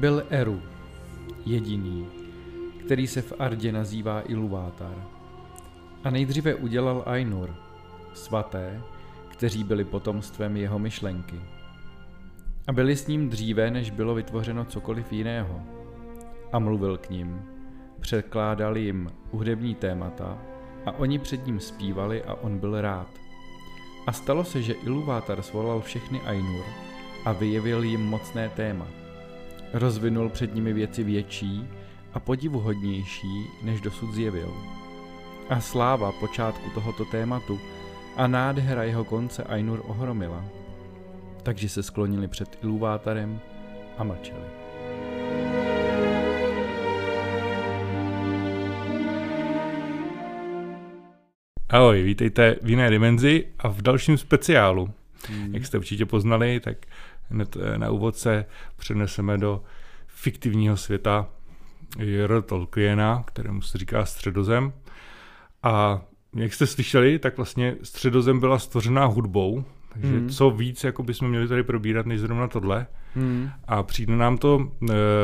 Byl Eru, jediný, který se v Ardě nazývá Ilúvatar. A nejdříve udělal Ainur, svaté, kteří byli potomstvem jeho myšlenky. A byli s ním dříve, než bylo vytvořeno cokoliv jiného. A mluvil k nim, překládal jim hudební témata a oni před ním zpívali a on byl rád. A stalo se, že Ilúvatar svolal všechny Ainur a vyjevil jim mocné téma. Rozvinul před nimi věci větší a podivuhodnější, než dosud zjevil. A sláva počátku tohoto tématu a nádhera jeho konce Ainur ohromila. Takže se sklonili před Ilúvatarem a mlčeli. Ahoj, vítejte v jiné dimenzi a v dalším speciálu. Jak jste určitě poznali, tak hned na úvod se přeneseme do fiktivního světa J.R. Tolkiena, kterému se říká Středozem. A jak jste slyšeli, tak vlastně Středozem byla stvořená hudbou, takže co víc jako bychom měli tady probírat, než zrovna tohle. A přijde nám to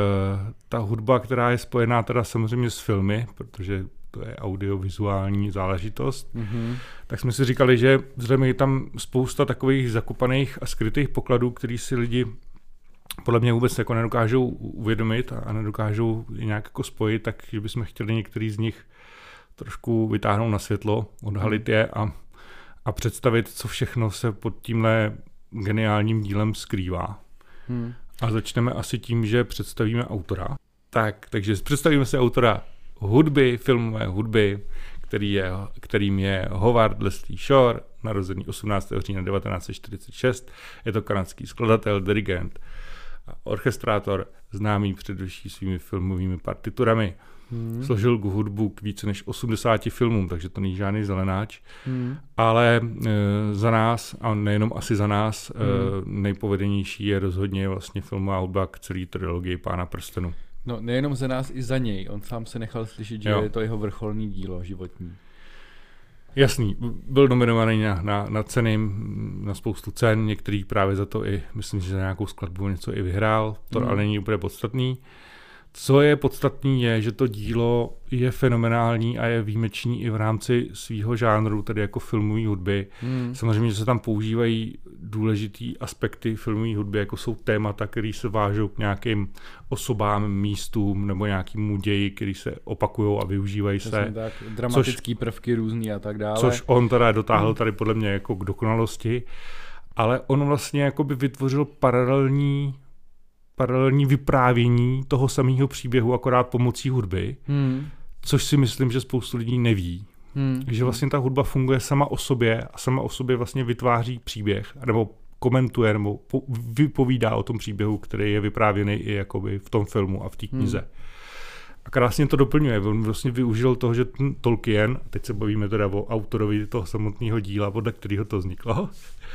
ta hudba, která je spojená teda samozřejmě s filmy, protože to je audiovizuální záležitost, tak jsme si říkali, že zřejmě je tam spousta takových zakopaných a skrytých pokladů, který si lidi podle mě vůbec jako nedokážou uvědomit a nedokážou nějak jako spojit, takže bychom chtěli některý z nich trošku vytáhnout na světlo, odhalit je a představit, co všechno se pod tímhle geniálním dílem skrývá. A začneme asi tím, že představíme autora. Takže představíme si autora hudby, filmové hudby, kterým je Howard Leslie Shore, narozený 18. října 1946. Je to kanadský skladatel, dirigent a orchestrátor, známý především svými filmovými partiturami. Složil hudbu k více než 80 filmům, takže to není žádný zelenáč. Ale za nás, a nejenom asi za nás, nejpovedenější je rozhodně vlastně filmová hudba k celé trilogii Pána prstenů. No, nejenom za nás, i za něj. On sám se nechal slyšet, že je to jeho vrcholný dílo životní. Jasný, byl nominovaný na ceny, na spoustu cen, některý právě za to i, myslím, že za nějakou skladbu něco i vyhrál, to ale není úplně podstatný. Co je podstatný je, že to dílo je fenomenální a je výjimečný i v rámci svýho žánru, tedy jako filmové hudby. Samozřejmě, že se tam používají důležitý aspekty filmové hudby, jako jsou témata, které se vážou k nějakým osobám, místům nebo nějakým ději, které se opakují a využívají se. Tak, dramatický prvky různý a tak dále. Což on teda dotáhl tady podle mě jako k dokonalosti, ale on vlastně jakoby vytvořil paralelní vyprávění toho samého příběhu, akorát pomocí hudby, což si myslím, že spoustu lidí neví. Že vlastně ta hudba funguje sama o sobě a sama o sobě vlastně vytváří příběh, nebo komentuje, nebo vypovídá o tom příběhu, který je vyprávěný i jakoby v tom filmu a v té knize. A krásně to doplňuje. On vlastně využil toho, že Tolkien, teď se bavíme teda o autorovi toho samotného díla, podle kterého to vzniklo,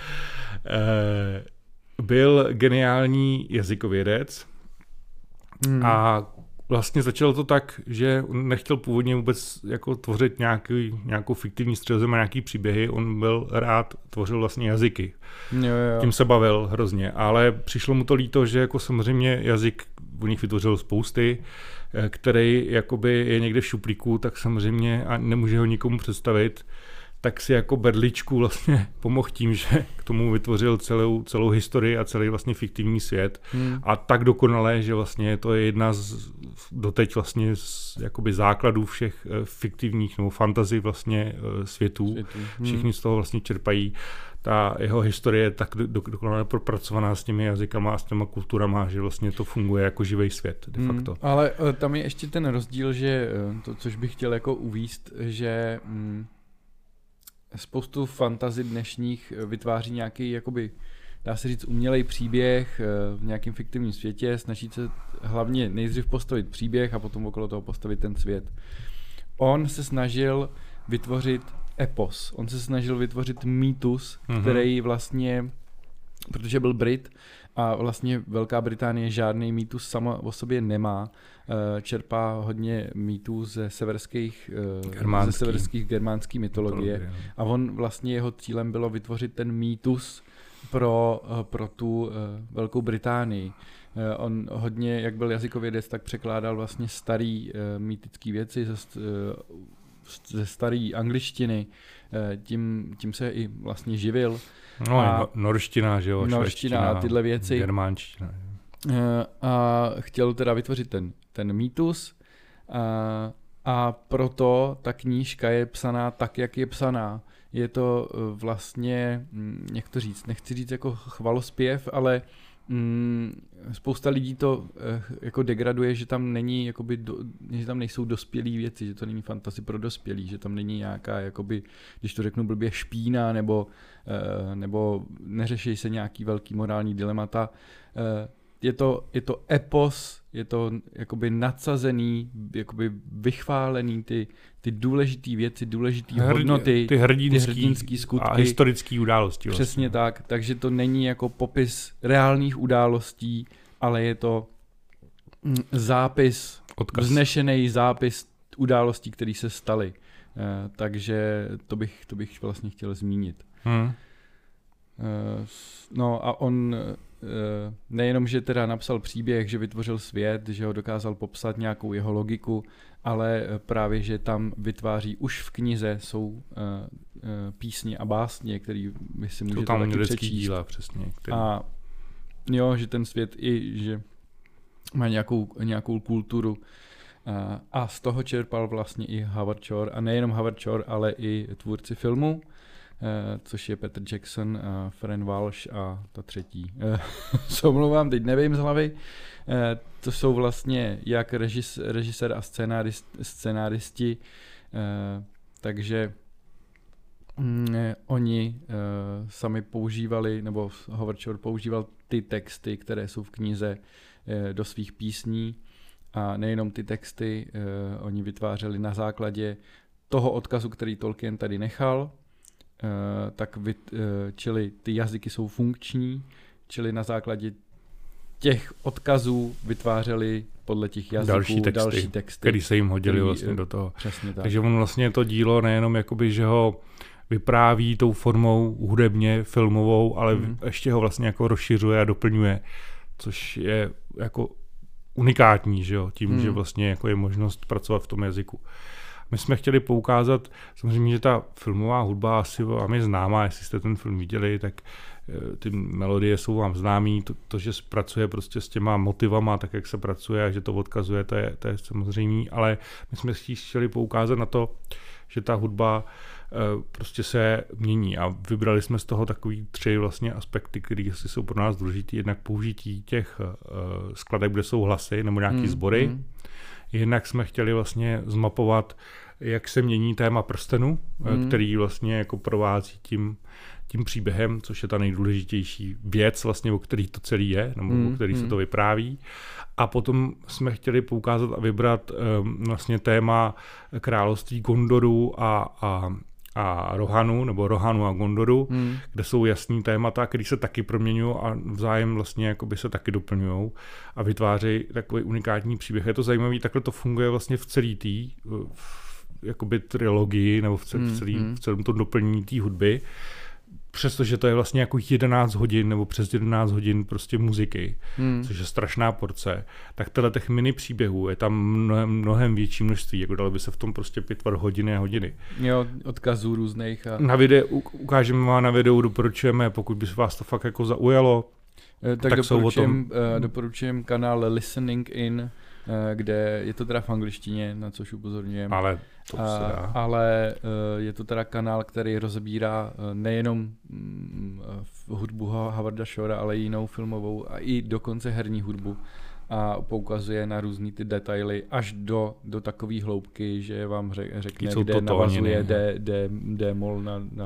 byl geniální jazykovědec a vlastně začalo to tak, že on nechtěl původně vůbec jako tvořit nějakou fiktivní Středozem a nějaký příběhy, on byl rád, tvořil vlastně jazyky. Jo. Tím se bavil hrozně, ale přišlo mu to líto, že jako samozřejmě jazyk, u nich vytvořil spousty, který jakoby je někde v šuplíku, tak samozřejmě a nemůže ho nikomu představit, tak si jako berličku vlastně pomohl tím, že k tomu vytvořil celou historii a celý vlastně fiktivní svět. A tak dokonale, že vlastně to je jedna z doteď vlastně z jakoby základů všech fiktivních nebo fantasy vlastně světů. Všichni z toho vlastně čerpají. Ta jeho historie je tak dokonale propracovaná s těmi jazykama a s těma kulturama, že vlastně to funguje jako živý svět de facto. Ale tam je ještě ten rozdíl, že to, což bych chtěl jako uvést, že spoustu fantasy dnešních vytváří nějaký, jakoby, dá se říct, umělej příběh v nějakém fiktivním světě, snaží se hlavně nejdřív postavit příběh a potom okolo toho postavit ten svět. On se snažil vytvořit epos, on se snažil vytvořit mýtus, který vlastně, protože byl Brit a vlastně Velká Británie žádný mýtus sama o sobě nemá, čerpá hodně mýtů ze severských germánské mytologie. A on vlastně jeho cílem bylo vytvořit ten mýtus pro tu Velkou Británii. On hodně, jak byl jazykovědec, tak překládal vlastně starý mýtický věci ze staré angličtiny. Tím se i vlastně živil. No a norština, že jo? Norština a tyhle věci. Germánština. A chtěl teda vytvořit ten mýtus. A proto ta knížka je psaná tak, jak je psaná. Je to vlastně, jak to říct, nechci říct jako chvalospěv, ale spousta lidí to jako degraduje, že tam není, jakoby že tam nejsou dospělý věci, že to není fantasy pro dospělý, že tam není nějaká, jakoby, když to řeknu blbě, špína, nebo neřeší se nějaký velký morální dilemata. Je to epos, je to jakoby nadsazený, jakoby vychválený ty důležitý věci, důležitý hodnoty, ty hrdinský skutky. A historické události. Přesně vlastně. Tak, takže to není jako popis reálných událostí, ale je to zápis, vznešený zápis událostí, které se staly. Takže to bych vlastně chtěl zmínit. No a on nejenom, že teda napsal příběh, že vytvořil svět, že ho dokázal popsat nějakou jeho logiku, ale právě, že tam vytváří, už v knize jsou písně a básně, které vy si můžete taky přečíst. Díla, přesně. A jo, že ten svět i, že má nějakou kulturu. A z toho čerpal vlastně i Howard Shore, a nejenom Howard Shore, ale i tvůrci filmu, což je Peter Jackson, Fran Walsh a ta třetí. Se omlouvám, teď nevím z hlavy. To jsou vlastně jak režisér a scenáristi, takže oni sami používali, nebo Howard Shore používal ty texty, které jsou v knize, do svých písní, a nejenom ty texty, oni vytvářeli na základě toho odkazu, který Tolkien tady nechal, čili ty jazyky jsou funkční, čili na základě těch odkazů vytvářeli podle těch jazyků další texty, které se jim hodili vlastně do toho. Přesně tak. Takže on vlastně to dílo nejenom jakoby, že ho vypráví tou formou hudebně, filmovou, ale ještě ho vlastně jako rozšiřuje a doplňuje, což je jako unikátní, že jo, tím, že vlastně jako je možnost pracovat v tom jazyku. My jsme chtěli poukázat, samozřejmě, že ta filmová hudba asi vám je známá, jestli jste ten film viděli, tak ty melodie jsou vám známý, to, že pracuje prostě s těma motivama, tak jak se pracuje a že to odkazuje, to je samozřejmé, ale my jsme chtěli poukázat na to, že ta hudba prostě se mění a vybrali jsme z toho takový 3 vlastně aspekty, které asi jsou pro nás důležitý. Jednak použití těch skladeb, kde jsou hlasy nebo nějaký sbory. Jednak jsme chtěli vlastně zmapovat, jak se mění téma prstenu, který vlastně jako provází tím příběhem, což je ta nejdůležitější věc, vlastně, o který to celý je, nebo o který se to vypráví. A potom jsme chtěli poukázat a vybrat vlastně téma království Gondoru a Rohanu, nebo Rohanu a Gondoru, kde jsou jasný témata, které se taky proměňují a vzájem vlastně jakoby se taky doplňují a vytvářejí takový unikátní příběh. Je to zajímavý, takhle to funguje vlastně v celý jakoby trilogii, nebo v celém tom doplnění té hudby. Přestože to je vlastně jako 11 hodin nebo přes 11 hodin prostě muziky, což je strašná porce, tak těch mini příběhů je tam mnohem větší množství, jako dalo by se v tom prostě pitvat hodiny a hodiny. Jo, odkazů různých. Na videu, ukážeme vám na videu, doporučujeme, pokud by vás to fakt jako zaujalo. Tak doporučujem kanál Listening In, kde je to teda v angličtině, na což upozorňujeme. Ale je to teda kanál, který rozebírá nejenom hudbu Howarda Shora, ale i jinou filmovou a i dokonce herní hudbu a poukazuje na různý ty detaily až do takové hloubky, že vám řekne, kde navazuje D-moll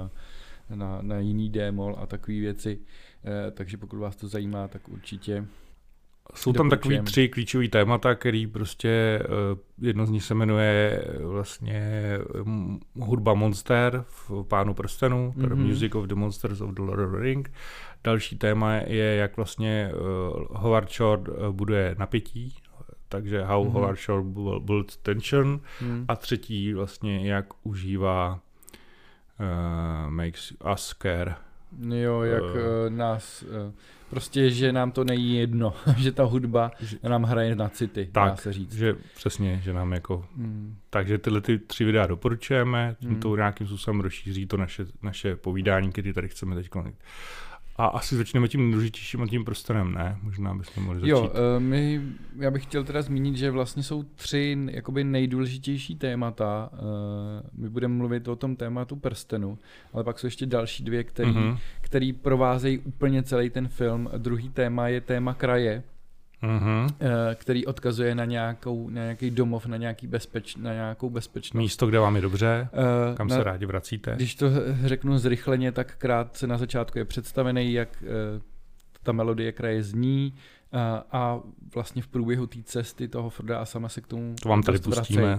na jiný D-moll a takové věci. Takže pokud vás to zajímá, tak určitě jsou tam takový 3 klíčový témata, který prostě jedno z nich se jmenuje vlastně hudba monster v Pánu prstenů, Music of the Monsters of the Lord of the Ring. Další téma je, jak vlastně Howard Shore buduje napětí, takže how Howard Shore builds tension. A třetí vlastně, jak užívá makes us care, Jo, jak nás... Prostě, že nám to nejí jedno, že ta hudba nám hraje na city, dá se říct. Že přesně, že nám jako... Takže tyhle 3 videa doporučujeme, to nějakým způsobem rozšíří to naše povídání, které tady chceme teď konit. A asi začneme tím nejdůležitějším a tím prostorem, ne? Možná bychom mohli začít. Jo, já bych chtěl teda zmínit, že vlastně jsou 3 jakoby nejdůležitější témata. My budeme mluvit o tom tématu prstenu, ale pak jsou ještě další 2, který provázejí úplně celý ten film. Druhý téma je téma kraje, který odkazuje na nějaký domov, na nějakou bezpečnost. Místo, kde vám je dobře, kam se rádi vracíte. Když to řeknu zrychleně, tak krátce na začátku je představený, jak ta melodie kraje zní a vlastně v průběhu té cesty toho Froda a Sama se k tomu to vám tady pustíme.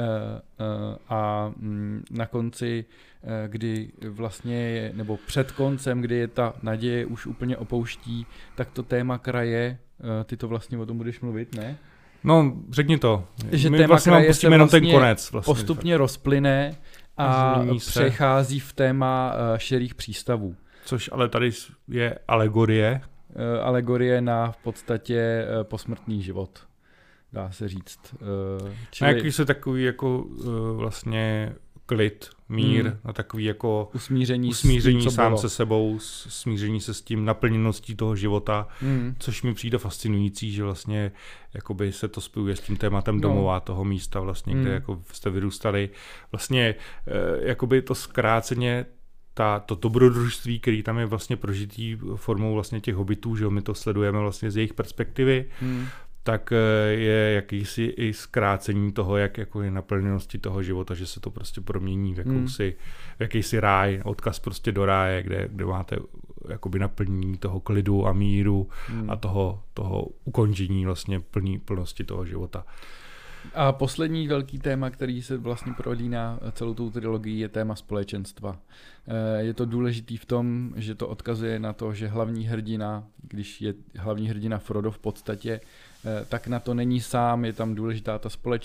A na konci, kdy vlastně nebo před koncem, kdy je ta naděje už úplně opouští, tak to téma kraje, ty to vlastně o tom budeš mluvit, ne? No, řekni to. Že my téma vlastně kraje pustíme jenom ten konec. Vlastně postupně rozplyne a přechází v téma širých přístavů. Což ale tady je alegorie. Alegorie na v podstatě posmrtný život, dá se říct. Čili... A jaký se takový jako vlastně klid, mír, a takový jako usmíření tím, sám se sebou, smíření se s tím naplněností toho života, což mi přijde fascinující, že vlastně jakoby se to spojuje s tím tématem domova, toho místa vlastně, kde jako jste vyrůstali. Vlastně jakoby to zkráceně to dobrodružství, který tam je vlastně prožitý formou vlastně těch hobitů, že my to sledujeme vlastně z jejich perspektivy, tak je jakýsi i zkrácení toho, jak jako je naplněnosti toho života, že se to prostě promění v jakýsi ráj, odkaz prostě do ráje, kde máte jakoby naplnění toho klidu a míru a toho ukončení vlastně plnosti toho života. A poslední velký téma, který se vlastně prolíná celou tou trilogii, je téma společenstva. Je to důležitý v tom, že to odkazuje na to, že hlavní hrdina, když je hlavní hrdina Frodo v podstatě, tak na to není sám, je tam důležitá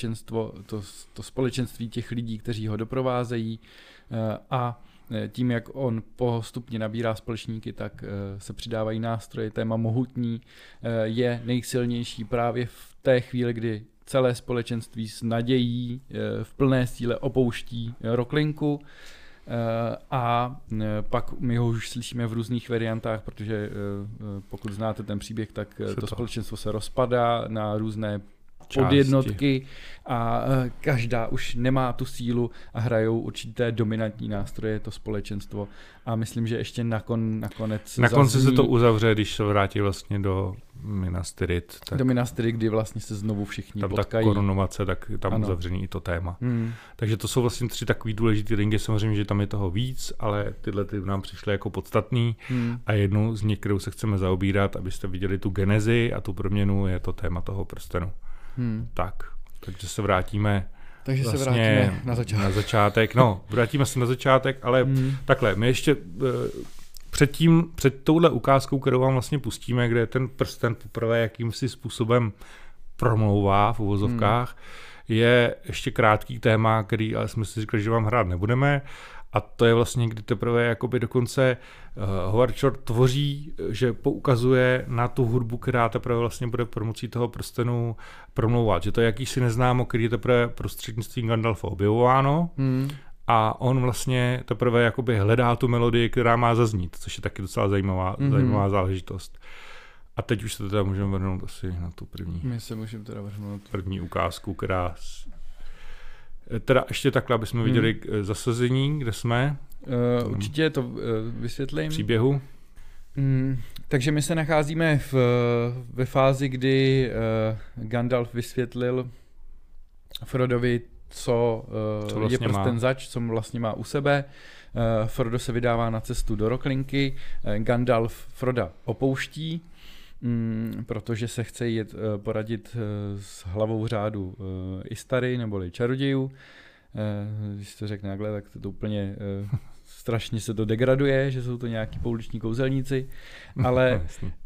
to společenství těch lidí, kteří ho doprovázejí a tím, jak on postupně nabírá společníky, tak se přidávají nástroje. Téma mohutní je nejsilnější právě v té chvíli, kdy celé společenství s nadějí v plné síle opouští Rocklinku a pak my ho už slyšíme v různých variantách, protože pokud znáte ten příběh, tak to společenstvo se rozpadá na různé podjednotky a každá už nemá tu sílu a hrajou určité dominantní nástroje, to společenstvo. A myslím, že ještě nakonec na konci se to uzavře, když se vrátí vlastně do Minas Tirith. Do Minas Tirith, kdy vlastně se znovu všichni potkají. Ta korunovace, tak tam uzavřený i to téma. Takže to jsou vlastně 3 takový důležitý ringy, samozřejmě, že tam je toho víc, ale tyhle nám přišly jako podstatný a jednu z nich, kterou se chceme zaobírat, abyste viděli tu genezi a tu proměnu, je to téma toho prstenu. Takže se vrátíme na začátek. No, vrátíme se na začátek, ale takhle, my ještě před touhle ukázkou, kterou vám vlastně pustíme, kde ten prsten poprvé jakýmsi způsobem promlouvá v uvozovkách, je ještě krátký téma, který ale jsme si říkali, že vám hrát nebudeme. A to je vlastně, kdy teprve jakoby dokonce Howard Shore tvoří, že poukazuje na tu hudbu, která teprve vlastně bude pomocí toho prstenu promlouvat. Že to je jakýsi neznámo, který je teprve prostřednictvím Gandalfa objevováno a on vlastně teprve jakoby hledá tu melodii, která má zaznít, což je taky docela zajímavá záležitost. A teď už se teda můžeme vrhnout asi na tu první. My se můžeme teda vrhnout. První ukázku, která... Teda ještě takhle, abychom viděli zasazení, kde jsme. Určitě to vysvětlím. Příběhu. Takže my se nacházíme ve fázi, kdy Gandalf vysvětlil Frodovi, co vlastně je prsten zač, co vlastně má u sebe. Frodo se vydává na cestu do Rocklinky. Gandalf Froda opouští, protože se chce jít poradit s hlavou řádu Istari neboli čarodějů. Když to řekne takhle, tak to úplně strašně se to degraduje, že jsou to nějaký pouliční kouzelníci, ale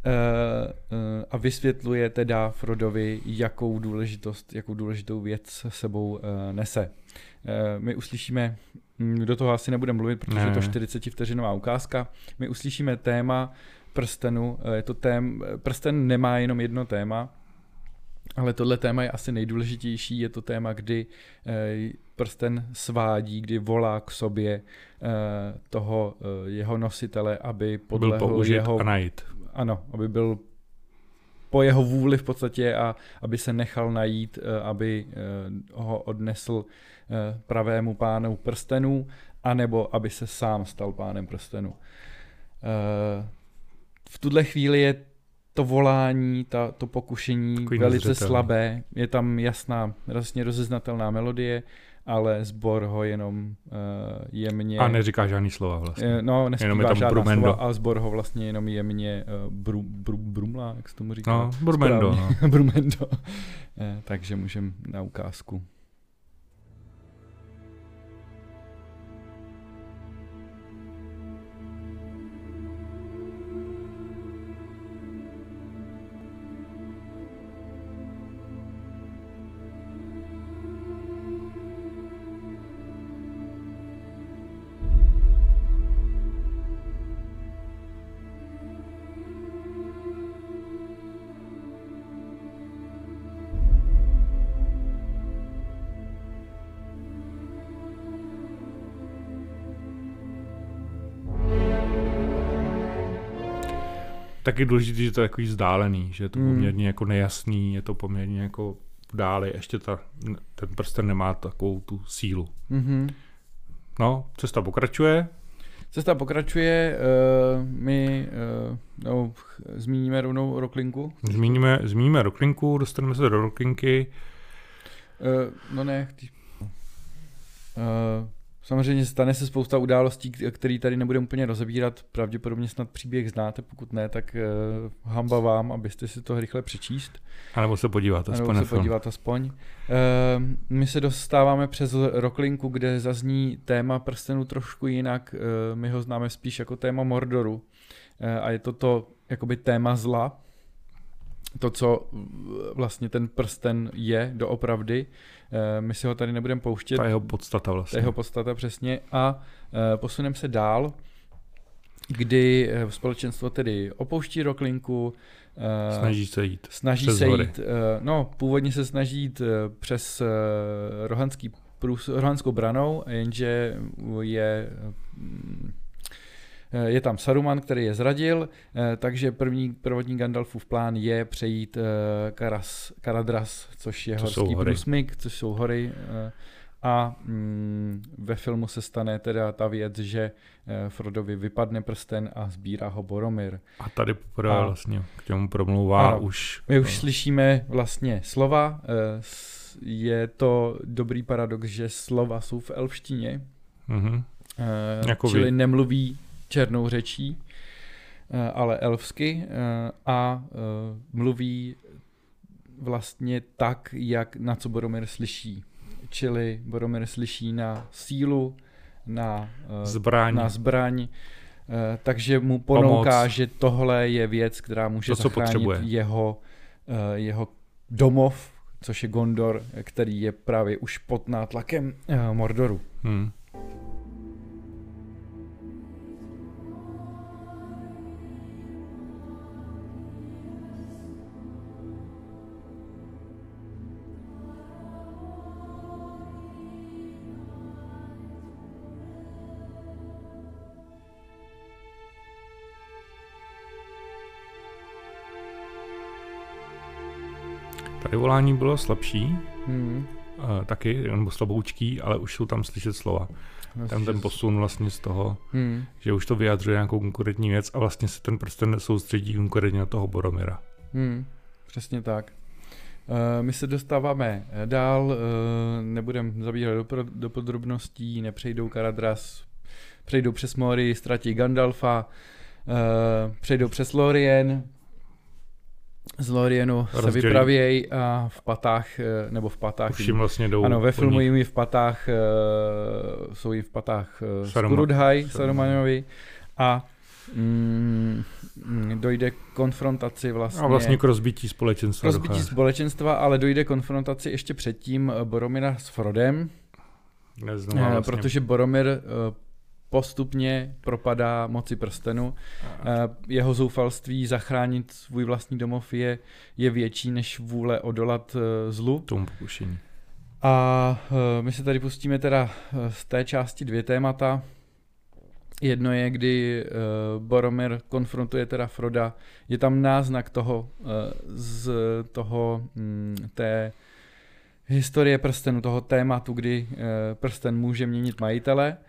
a vysvětluje teda Frodovi, jakou důležitou věc sebou nese. My uslyšíme, do toho asi nebudeme mluvit, protože je to 40 vteřinová ukázka, my uslyšíme téma prstenu, prsten nemá jenom jedno téma, ale tohle téma je asi nejdůležitější, je to téma, kdy prsten svádí, kdy volá k sobě toho jeho nositele, aby podlehl jeho... Ano, aby byl po jeho vůli v podstatě a aby se nechal najít, aby ho odnesl pravému pánu prstenů, anebo aby se sám stal pánem prstenů. V tuhle chvíli je to volání, to pokušení takový velice slabé, je tam jasně rozeznatelná melodie, ale sbor ho jenom jemně... A neříká žádný slova vlastně. No, nespívá žádná slova a sbor ho vlastně jenom jemně brumlá, jak se tomu říká? No, brumendo. No. Brumendo. Takže můžeme na ukázku. Taky důležitý, že to je takový vzdálený, že je to poměrně jako nejasný, je to poměrně jako dále, ještě ten prsten nemá takovou tu sílu. Mm-hmm. No, cesta pokračuje. My zmíníme rovnou Rocklinku. Zmíníme Rocklinku, dostaneme se do Rocklinky. Samozřejmě stane se spousta událostí, které tady nebudeme úplně rozebírat. Pravděpodobně snad příběh znáte, pokud ne, tak hamba vám, abyste si to rychle přečíst. A nebo se podívat aspoň. My se dostáváme přes Rocklinku, kde zazní téma prstenu trošku jinak. My ho známe spíš jako téma Mordoru. A je to jakoby téma zla. To, co vlastně ten prsten je doopravdy. My si ho tady nebudeme pouštět. Ta jeho podstata vlastně. Ta jeho podstata, přesně. A posuneme se dál, kdy společenstvo tedy opouští Rocklinku. Snaží se jít. Původně se snaží jít přes Rohanskou branou, jenže je tam Saruman, který je zradil, takže prvotní Gandalfův plán je přejít Karadras, což je horský průsmyk, což jsou hory. A ve filmu se stane teda ta věc, že Frodovi vypadne prsten a sbírá ho Boromir. A tady poprvé vlastně k těmu promlouvá už. My už slyšíme vlastně slova. Je to dobrý paradox, že slova jsou v elfštině. Mm-hmm. Čili nemluví černou řečí, ale elfsky a mluví vlastně tak, na co Boromir slyší. Čili Boromir slyší na sílu, na zbraň, takže mu ponouká, že tohle je věc, která může zachránit jeho domov, což je Gondor, který je právě už pod nátlakem Mordoru. Tady volání bylo slabší, taky, nebo slaboučký, ale už jsou tam slyšet slova. Tam ten posun vlastně z toho, že už to vyjadřuje nějakou konkurentní věc a vlastně se ten prsten soustředí konkurentně na toho Boromira. Přesně tak. My se dostáváme dál, nebudeme zabíhat do podrobností, nepřejdou Karadras, přejdou přes Mory, ztratí Gandalfa, přejdou přes Lorien, z Lorienu se vypravějí a v patách, nebo v patách. Už jim vlastně jdou. Ano, ve filmu jim v patách, jsou jim v patách Skurudhaj, Sarumanovi a dojde k konfrontaci vlastně. A vlastně k rozbití společenstva. Rozbití společenstva, ale dojde k konfrontaci ještě předtím Boromira s Frodem, vlastně. Protože Boromir postupně propadá moci prstenu. Jeho zoufalství zachránit svůj vlastní domov je větší než vůle odolat zlu. Tomu pokušení. A my se tady pustíme teda z té části 2 témata. Jedno je, kdy Boromir konfrontuje teda Froda. Je tam náznak toho, té historie prstenu, toho tématu, kdy prsten může měnit majitele.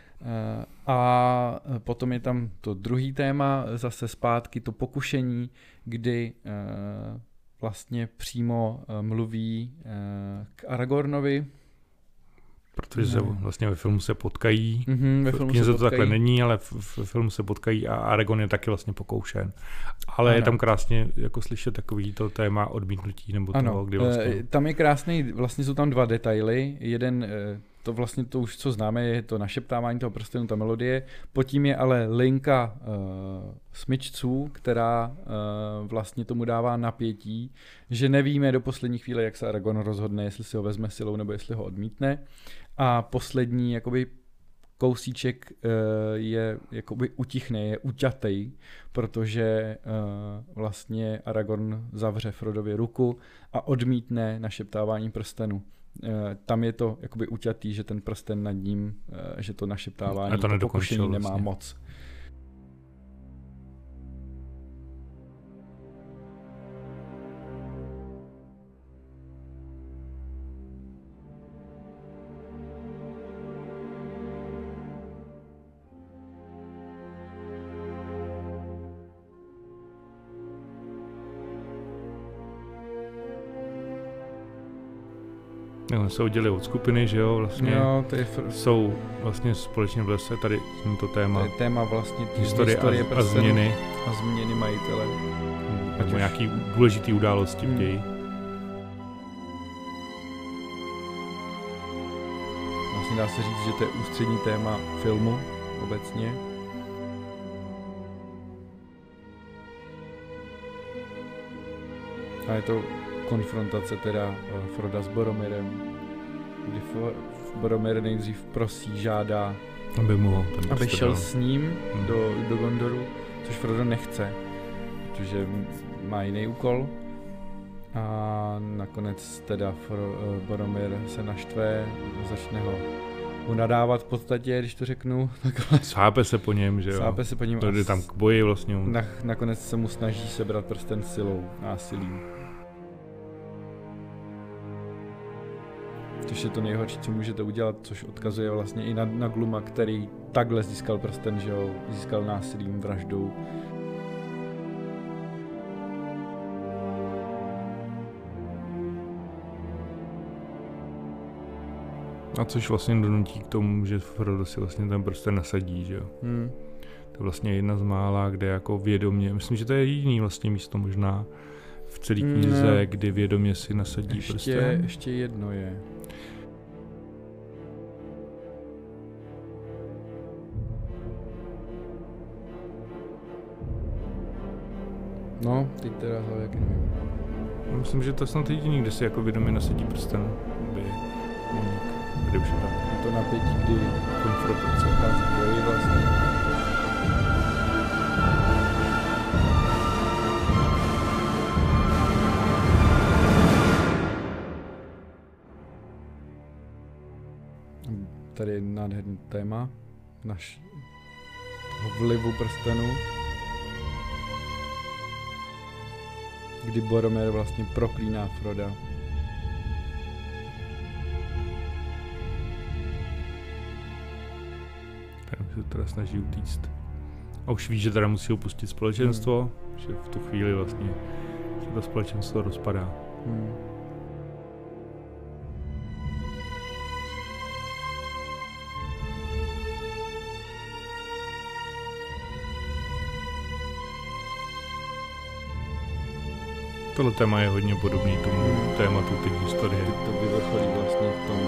A potom je tam to druhý téma, zase zpátky to pokušení, kdy vlastně přímo mluví k Aragornovi. Protože vlastně ve filmu se potkají. Ve filmu v knize to takhle není, ale v filmu se potkají a Aragorn je taky vlastně pokoušen. Ale ano. Je tam krásně jako slyšet takový to téma odmítnutí nebo toho, kdy vlastně... Tam je krásný, vlastně jsou tam 2 detaily. Jeden, to vlastně to už co známe, je to našeptávání toho prstenu, ta melodie. Pod tím je ale linka smyčců, která vlastně tomu dává napětí, že nevíme do poslední chvíle, jak se Aragorn rozhodne, jestli si ho vezme silou nebo jestli ho odmítne. A poslední jakoby kousíček je jakoby utichne, je uťatej, protože vlastně Aragorn zavře Frodovi ruku a odmítne našeptávání prstenu. Tam je to jakoby uťatý, že ten prsten nad ním, že to našeptávání, to pokušení nemá vlastně moc. No, se oddělili od skupiny, že jo, vlastně. Jo, jsou vlastně společně v lese, tady to téma. To je téma vlastně historie a změny. A změny majitele. Nebo nějaký důležitý události v ději. Vlastně dá se říct, že to je ústřední téma filmu obecně. A je to konfrontace teda Froda s Boromirem, kdy Boromir nejdřív prosí, žádá, aby šel s ním do Gondoru, což Frodo nechce, protože má jiný úkol. A nakonec teda Boromir se naštve, začne mu nadávat v podstatě, když to řeknu. Sápe se po něm, že jo? Sápe se po něm. To jde tam k boji vlastně. Nakonec se mu snaží sebrat prsten silou, násilím. Což je to nejhorší, co můžete udělat, což odkazuje vlastně i na Gluma, který takhle získal prsten, že jo, získal násilím, vraždou. A což vlastně donutí k tomu, že Frodo si vlastně ten prsten nasadí, že jo. To je vlastně jedna z mála, kde jako vědomě, myslím, že to je jediný vlastně místo možná v celé knize, kdy vědomě si nasadí prsten. Ještě jedno je. No, teď teda jak nevím. Myslím, že to je snad jediný, kde si jako vědomě nasadí prsten. Kdy už je tak. Je to napětí, kdy konfrontace tam zbojí vlastně. Tady je nádherný téma toho vlivu prstenu, kdy Boromir vlastně proklíná Froda. Ten se teda snaží utíct. A už ví, že teda musí opustit společenstvo, že v tu chvíli vlastně se to společenstvo rozpadá. Tohle téma je hodně podobný tomu tématu té historie. To vyvrcholí vlastně v tom.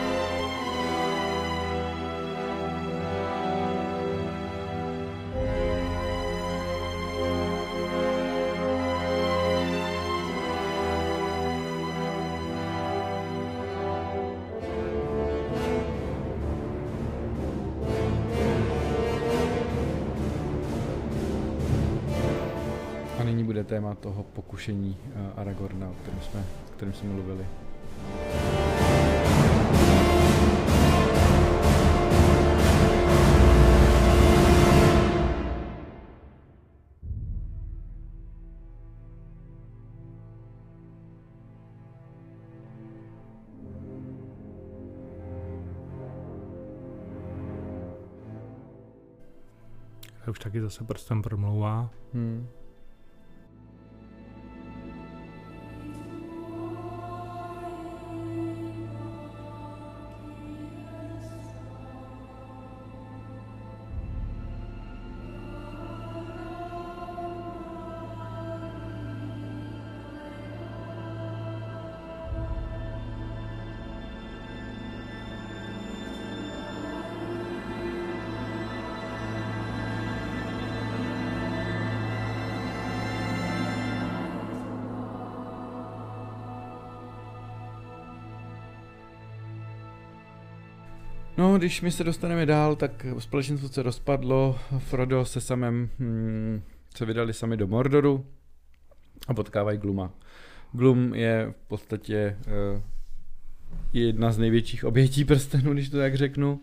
A nyní bude téma toho pokušení Aragorna, o kterém jsme mluvili. Už taky zase prstem promlouvá. No, když my se dostaneme dál, tak společenstvo se rozpadlo, Frodo se Samem se vydali sami do Mordoru a potkávají Gluma. Glum je v podstatě jedna z největších obětí prstenů, když to tak řeknu.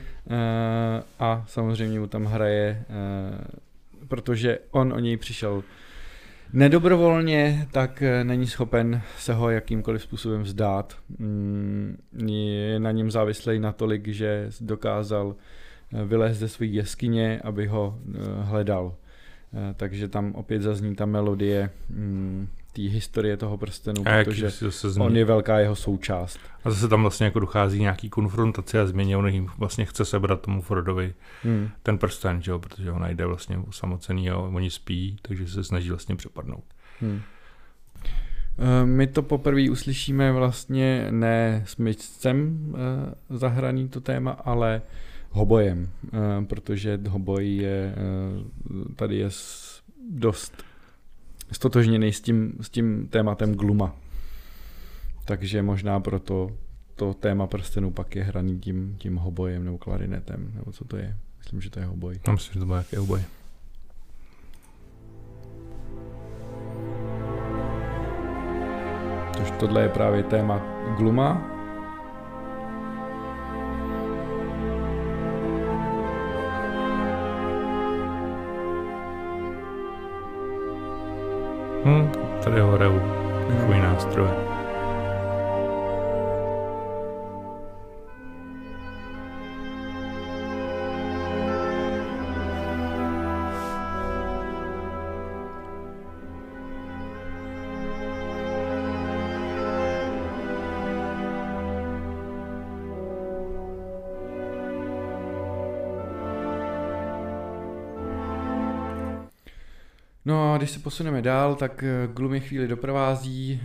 A samozřejmě mu tam hraje, protože on o něj přišel nedobrovolně, tak není schopen se ho jakýmkoliv způsobem vzdát. Je na něm závislý natolik, že dokázal vylézt ze své jeskyně, aby ho hledal. Takže tam opět zazní ta melodie té historie toho prstenu, protože on je velká jeho součást. A zase tam vlastně jako dochází nějaký konfrontace a změně, on jim vlastně chce sebrat tomu Frodovi ten prsten, že jo? Protože ho najde vlastně osamocený a oni spí, takže se snaží vlastně přepadnout. My to poprvé uslyšíme vlastně ne s myčcem zahraný to téma, ale hobojem, protože hoboj je tady je dost stotožněný s tím tématem Gluma. Takže možná proto to téma prstenů pak je hraný tím hobojem nebo klarinetem, nebo co to je. Myslím, že to je hoboj. Já myslím, že to bude jaký hoboj. Tohle je právě téma Gluma. Tady ho hrajou takový nástroj. No a když se posuneme dál, tak Glum je chvíli doprovází,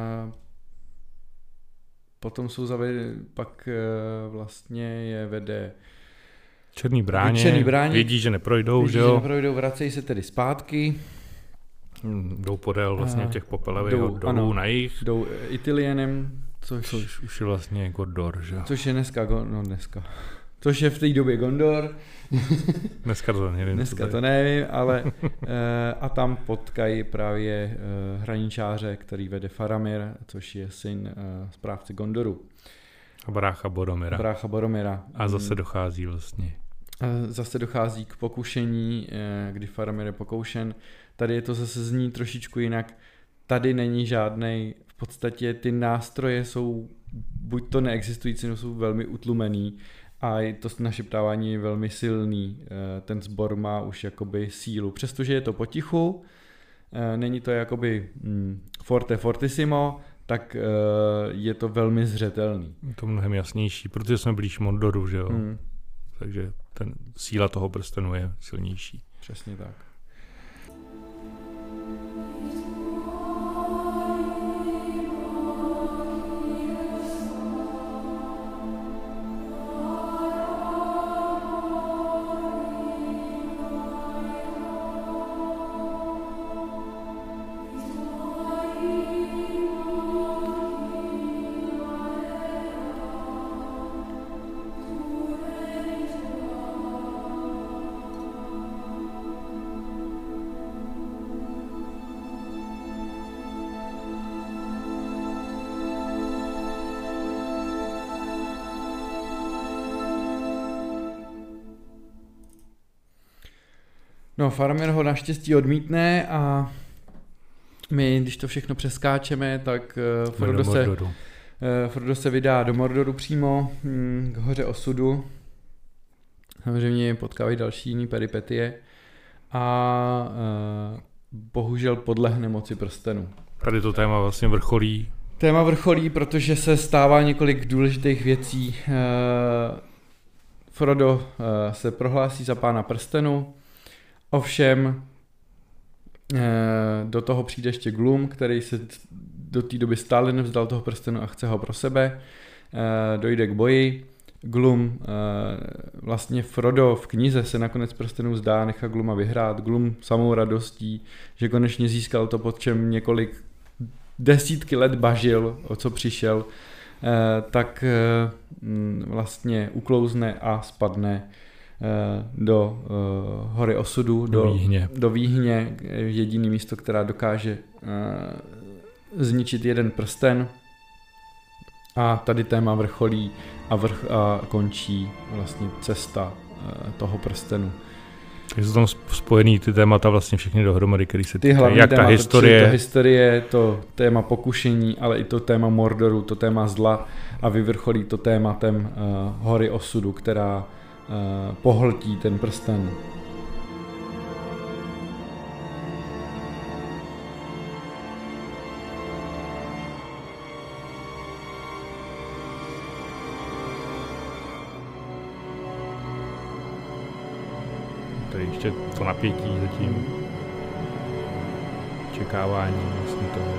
potom jsou pak vlastně je vede Černý bráně, vědí, že neprojdou, že jo? Vracejí se tedy zpátky. Jdou podél vlastně těch popelevých dolů na jich. Jdou Itilienem, což už je vlastně Gondor, že jo? Což je dneska. Což je v té době Gondor. Dneska to nevím. Dneska to nevím, ale a tam potkají právě hraničáře, který vede Faramir, což je syn správce Gondoru. A brácha Boromira. A zase dochází vlastně. Zase dochází k pokušení, kdy Faramir je pokoušen. Tady je to zase zní trošičku jinak. Tady není žádnej, v podstatě ty nástroje jsou buď to neexistující, nebo jsou velmi utlumený. A to našeptávání je velmi silný. Ten sbor má už jakoby sílu. Přestože je to potichu, není to jakoby forte fortissimo, tak je to velmi zřetelný. Je to mnohem jasnější, protože jsme blíž Mordoru, že jo? Takže síla toho prstenu je silnější. Přesně tak. No, Faramir ho naštěstí odmítne a my, když to všechno přeskáčeme, tak Frodo se vydá do Mordoru přímo k hoře osudu. Samozřejmě potkávají další jiný peripetie a bohužel podlehne moci prstenu. Tady to téma vlastně vrcholí. Téma vrcholí, protože se stává několik důležitých věcí. Frodo se prohlásí za pána prstenu, ovšem do toho přijde ještě Glum, který se do té doby stále nevzdal toho prstenu a chce ho pro sebe. Dojde k boji. Glum, vlastně Frodo v knize se nakonec prstenu vzdá, nechá Gluma vyhrát. Glum samou radostí, že konečně získal to, pod čem několik desítky let bažil, o co přišel, tak vlastně uklouzne a spadne do hory osudu, do Výhně, jediné místo, která dokáže zničit jeden prsten. A tady téma vrcholí a končí vlastně cesta toho prstenu. Takže jsou tam spojený ty témata vlastně všechny dohromady, který se týkají. Jak témata, ta historie, to téma pokušení, ale i to téma Mordoru, to téma zla a vyvrcholí to tématem hory osudu, která pohltí ten prsten. Tady ještě to napětí zatím. Čekávání vlastně toho.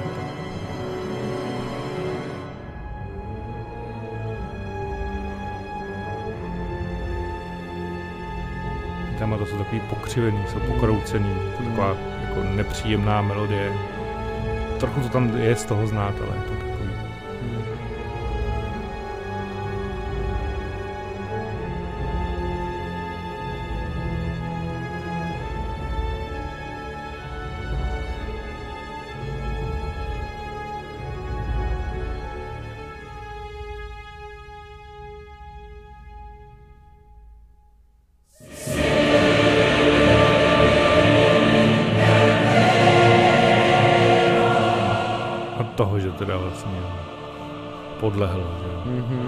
Témata jsou takový pokřivený, jsou pokroucený, to taková jako nepříjemná melodie. Trochu to tam je z toho znát, ale je to takový. Toho, že teda vlastně podlehl. Že? Mm-hmm.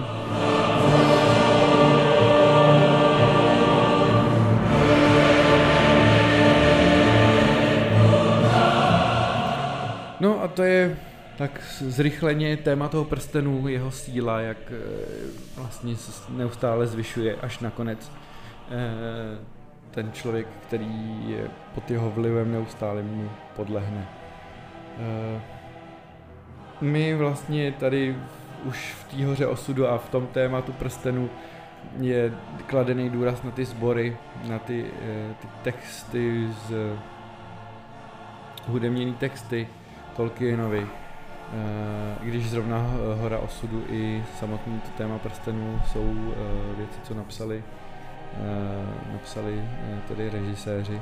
No a to je tak zrychleně téma toho prstenu, jeho síla, jak vlastně neustále zvyšuje, až nakonec ten člověk, který je pod jeho vlivem, neustále mu podlehne. My vlastně tady už v té hoře osudu a v tom tématu prstenu je kladený důraz na ty sbory, na ty texty, hudebněný texty Tolkienovi. Když zrovna hora osudu i samotný to téma prstenu jsou věci, co napsali tedy režiséři.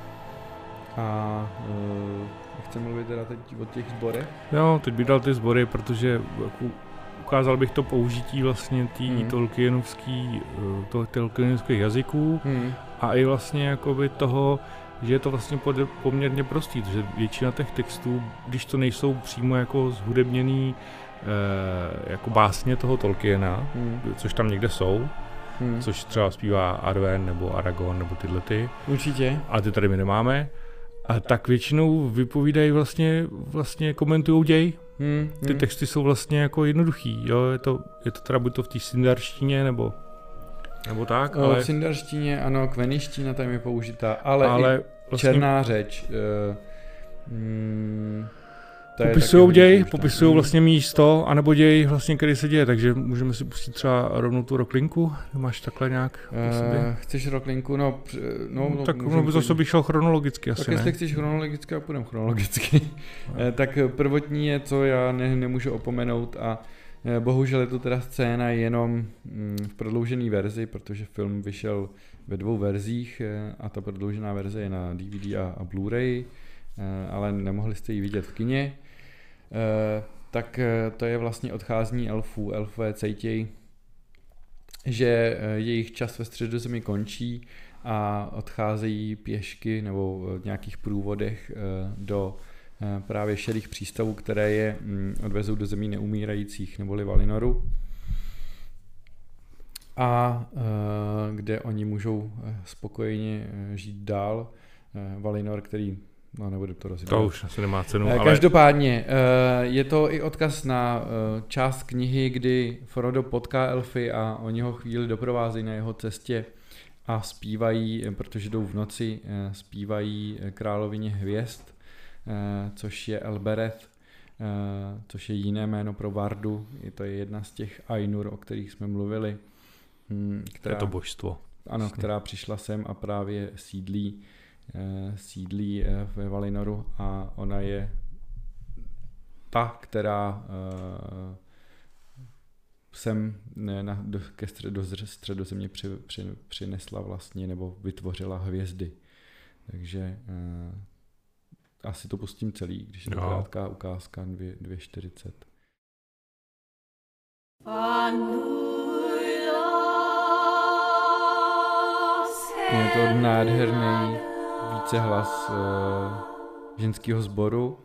A chci mluvit teda teď o těch sborech? Jo, teď bych dal ty sbory, protože ukázal bych to použití vlastně tolkienovských jazyků a i vlastně jakoby toho, že je to vlastně poměrně prostý, protože většina těch textů, když to nejsou přímo jako zhudebněný jako básně toho Tolkiena, což tam někde jsou, což třeba zpívá Arwen nebo Aragorn nebo tyhle ty. Určitě. A ty tady my nemáme. A tak většinou vypovídají vlastně komentujou děj. Ty texty jsou vlastně jako jednoduchý, jo, je to teda buď to v té sindarštině nebo tak, ale... V sindarštině, ano, kveniština tam je použitá, ale i vlastně... černá řeč. Popisují děj, popisují vlastně místo, anebo děj vlastně, který se děje, takže můžeme si pustit třeba rovnou tu roklinku, máš takhle nějak po sobě? Chceš roklinku? No tak by zase bych šel chronologicky asi, tak jestli chceš chronologicky, a půjdem chronologicky. Tak prvotní je, co já nemůžu opomenout a bohužel je to teda scéna jenom v prodloužené verzi, protože film vyšel ve 2 verzích a ta prodloužená verze je na DVD a Blu-ray, ale nemohli jste ji vidět v kině. Tak to je vlastně odcházení elfů. Elfové cítějí, že jejich čas ve Středozemi končí a odcházejí pěšky nebo v nějakých průvodech do právě šedých přístavů, které je odvezou do zemí neumírajících neboli Valinoru. A kde oni můžou spokojeně žít dál. Valinor, který, no nebudu to rozvíjet. To už asi nemá cenu, ale... Každopádně, je to i odkaz na část knihy, kdy Frodo potká elfy a oni ho chvíli doprovázejí na jeho cestě a zpívají, protože jdou v noci, zpívají královině hvězd, což je Elbereth, což je jiné jméno pro Vardu. To je jedna z těch Ainur, o kterých jsme mluvili. To je to božstvo. Ano, která přišla sem a právě sídlí ve Valinoru a ona je ta, která sem do Středozemě přinesla vlastně nebo vytvořila hvězdy. Takže asi to pustím celý, když je to krátká ukázka 2:40. Je to nádherný vícehlas ženského sboru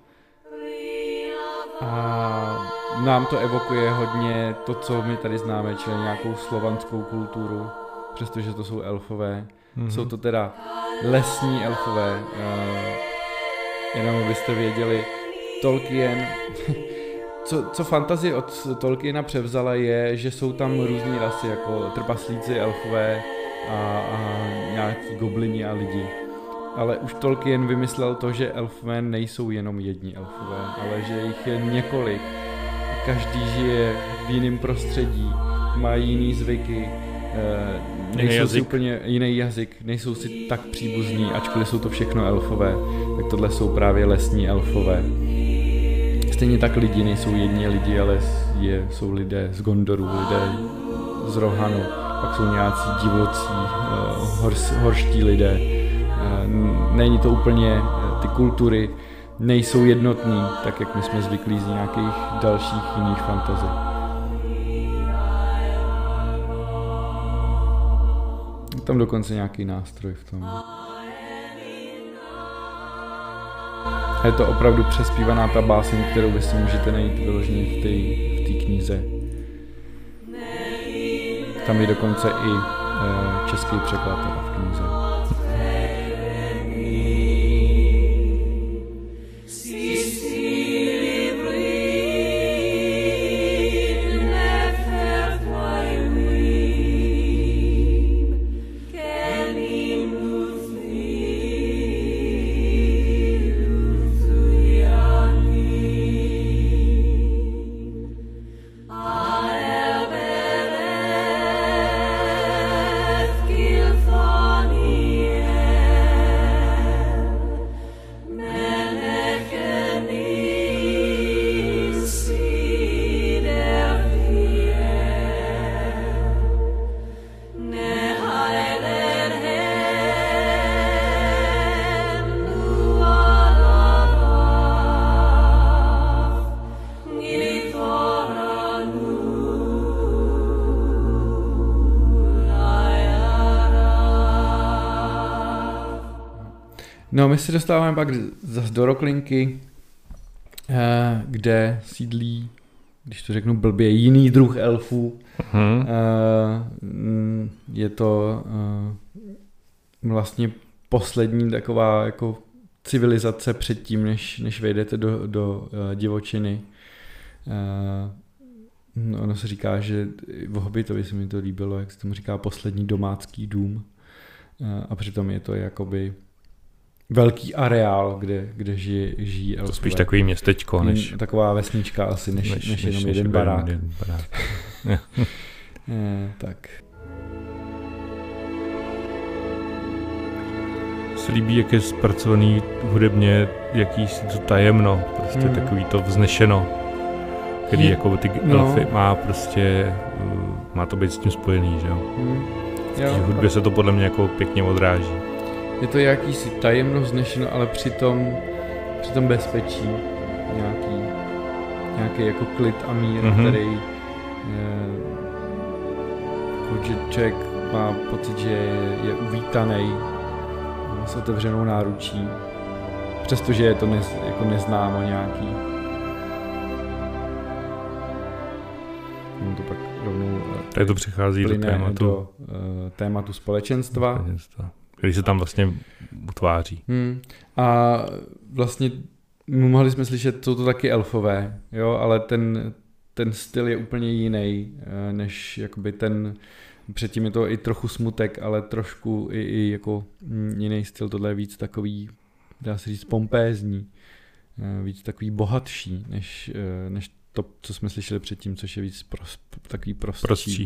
a nám to evokuje hodně to, co my tady známe, čili nějakou slovanskou kulturu, přestože to jsou elfové. Jsou to teda lesní elfové, jenom abyste věděli, Tolkien... Co fantasy od Tolkiena převzala je, že jsou tam různý rasy, jako trpaslíci, elfové a nějaký goblini a lidi. Ale už Tolkien vymyslel to, že elfové nejsou jenom jedni elfové, ale že jich je několik. Každý žije v jiném prostředí, má jiný zvyky, nejsou si úplně jiný jazyk, nejsou si tak příbuzní, ačkoliv jsou to všechno elfové, tak tohle jsou právě lesní elfové. Stejně tak lidi nejsou jedni lidi, ale jsou lidé z Gondoru, lidé z Rohanu, pak jsou nějací divocí, horští lidé. Není to úplně, ty kultury nejsou jednotný, tak jak my jsme zvyklí z nějakých dalších jiných fantazí. Je tam dokonce nějaký nástroj v tom. Je to opravdu přespívaná ta báseň, kterou vy si můžete najít vyloženě v té knize. Tam je dokonce i český překlad v knize. No, my se dostáváme pak zase do Roklinky, kde sídlí, když to řeknu blbě, jiný druh elfů. Je to vlastně poslední taková jako civilizace předtím, než vejdete do divočiny. Ono se říká, že v Hobbitovi se mi to líbilo, jak se tomu říká poslední domácký dům. A přitom je to jakoby velký areál, kde žijí elfové. To spíš takový městečko, než... Taková vesnička asi, než jenom jeden barák. Tak. Se líbí, jak je zpracovaný hudebně, jakýsi to tajemno, prostě takový to vznešeno, který jako ty elfy má prostě, má to být s tím spojený, že jo? V hudbě se to podle mě jako pěkně odráží. Je to jakýsi tajemno vznešeno, ale přitom bezpečí. Nějaký jako klid a mír, který jako, že člověk má pocit, že je uvítaný s otevřenou náručí, přestože je to jako neznámo nějaký. On to pak rovnou tak to přichází do tématu společenstva. Který se tam vlastně utváří. A vlastně mohli jsme slyšet, jsou to taky elfové, jo, ale ten styl je úplně jiný, než jakoby ten, předtím je to i trochu smutek, ale trošku i jako jiný styl, tohle je víc takový, dá se říct, pompézní, víc takový bohatší, než to, co jsme slyšeli předtím, což je víc takový prostší.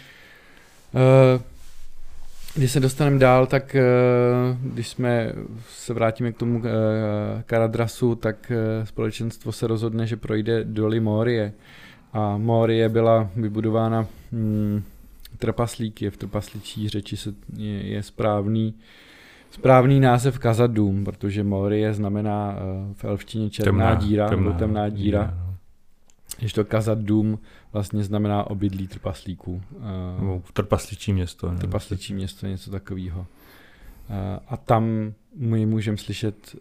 Když se dostaneme dál, tak když se vrátíme k tomu Karadrasu, tak společenstvo se rozhodne, že projde doly Morie. A Morie byla vybudována trpaslíky, v trpasličí řeči je správný název Khazad-dûm, protože Morie znamená v elfštině temná díra. Když to Khazad-dům vlastně znamená obydlí trpaslíků. Trpasličí město. Trpasličí město, něco takového. A tam my můžeme slyšet